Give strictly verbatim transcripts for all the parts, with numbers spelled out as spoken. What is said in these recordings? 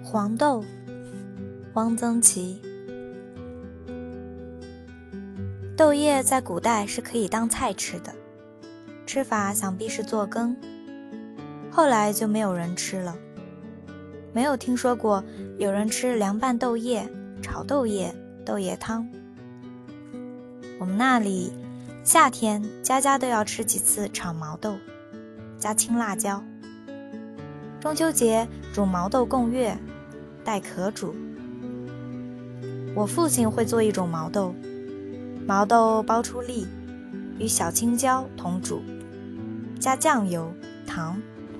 黄豆，汪曾祺。豆叶在古代是可以当菜吃的，吃法想必是做羹，后来就没有人吃了。没有听说过有人吃凉拌豆叶、炒豆叶、豆叶汤。我们那里夏天家家都要吃几次炒毛豆，加青辣椒。中秋节煮毛豆贡月，带壳煮。我父亲会做一种毛豆，毛豆剥出粒，与小青椒同煮，加酱油、糖。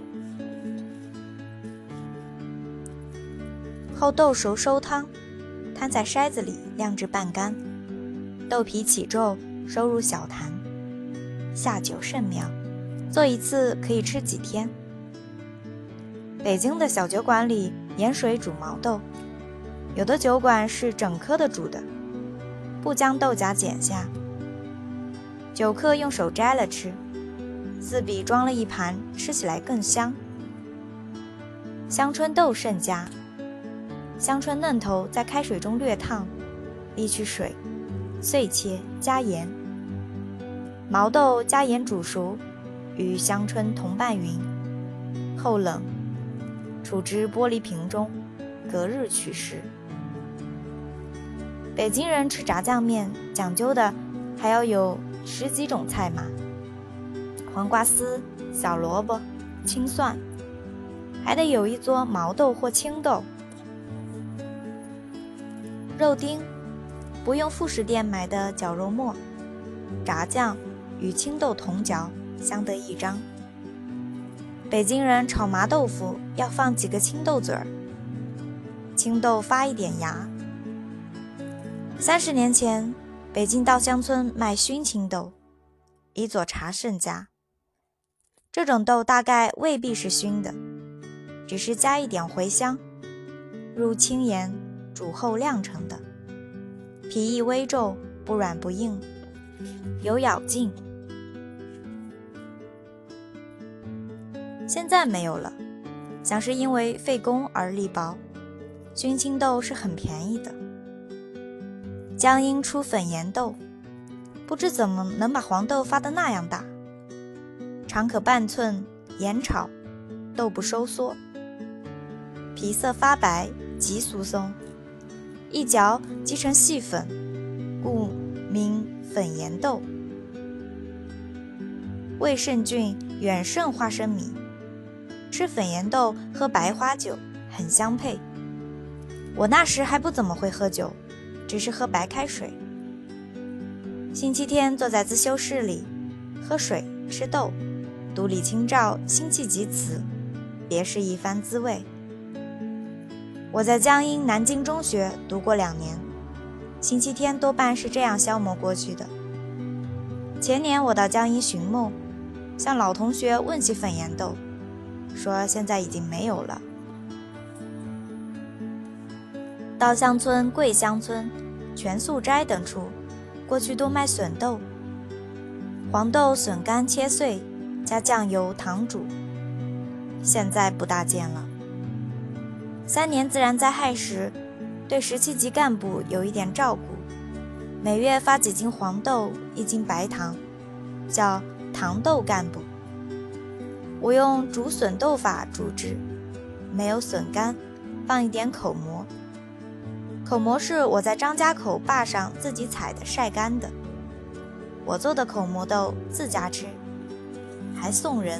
后豆熟收汤，摊在筛子里晾至半干，豆皮起皱，收入小坛，下酒甚妙，做一次可以吃几天。北京的小酒馆里盐水煮毛豆，有的酒馆是整颗的煮的，不将豆荚剪下，酒客用手摘了吃，自比装了一盘，吃起来更香。香椿豆甚佳，香椿嫩头在开水中略烫，沥去水，碎切加盐，毛豆加盐煮熟，与香椿同拌匀，后冷，储之玻璃瓶中，隔日取食。北京人吃炸酱面讲究的还要有十几种菜码，黄瓜丝、小萝卜、青蒜，还得有一撮毛豆或青豆。肉丁不用副食店买的绞肉末，炸酱与青豆同嚼，相得益彰。北京人炒麻豆腐要放几个青豆嘴儿，青豆发一点芽。三十年前，北京稻香村卖熏青豆，一佐茶甚佳。这种豆大概未必是熏的，只是加一点茴香，入清盐煮后晾成的，皮易微皱，不软不硬，有咬劲。现在没有了，想是因为费工而力薄，熏青豆是很便宜的。江阴出粉岩豆，不知怎么能把黄豆发得那样大，长可半寸，盐炒，豆不收缩，皮色发白，极酥松，一嚼即成细粉，故名粉岩豆。味甚峻，远胜花生米。吃粉岩豆喝白花酒很相配。我那时还不怎么会喝酒，只是喝白开水。星期天坐在自修室里，喝水吃豆，独立清照，心气极辞，别是一番滋味。我在江阴南京中学读过两年，星期天多半是这样消磨过去的。前年我到江阴寻梦，向老同学问起粉岩豆，说现在已经没有了。稻香村、桂香村、全素斋等处，过去多卖笋豆，黄豆笋干切碎，加酱油糖煮，现在不大见了。三年自然灾害时，对十七级干部有一点照顾，每月发几斤黄豆，一斤白糖，叫糖豆干部。我用煮笋豆法煮之，没有笋干，放一点口蘑。口蘑是我在张家口坝上自己采的晒干的，我做的口蘑豆自家吃，还送人。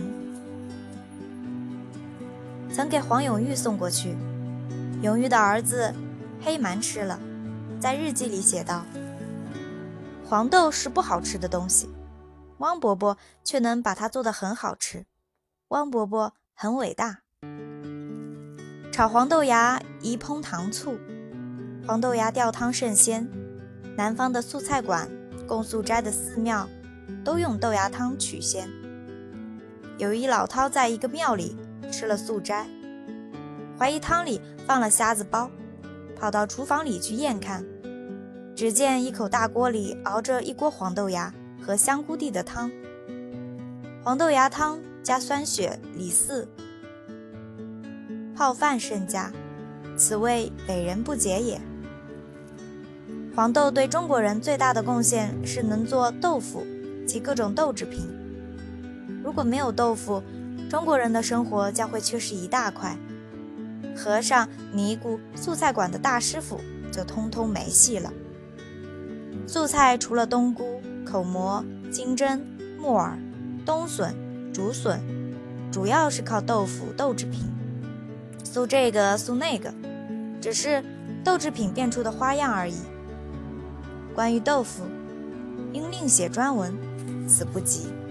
曾给黄永玉送过去，永玉的儿子黑蛮吃了，在日记里写道：黄豆是不好吃的东西，汪伯伯却能把它做得很好吃，汪伯伯很伟大。炒黄豆芽宜烹糖醋，黄豆芽吊汤甚鲜。南方的素菜馆、供素斋的寺庙都用豆芽汤取鲜。有一老饕在一个庙里吃了素斋，怀疑汤里放了虾子包，跑到厨房里去验看，只见一口大锅里熬着一锅黄豆芽和香菇地的汤，黄豆芽汤加酸血、李四，泡饭甚佳， 此谓北人不解也。黄豆对中国人最大的贡献是能做豆腐及各种豆制品。如果没有豆腐，中国人的生活将会缺失一大块。和尚、尼姑、素菜馆的大师傅就通通没戏了。素菜除了冬菇、口蘑、金针、木耳、冬笋、竹笋，主要是靠豆腐豆制品，素这个素那个，只是豆制品变出的花样而已。关于豆腐，应另写专文，此不急。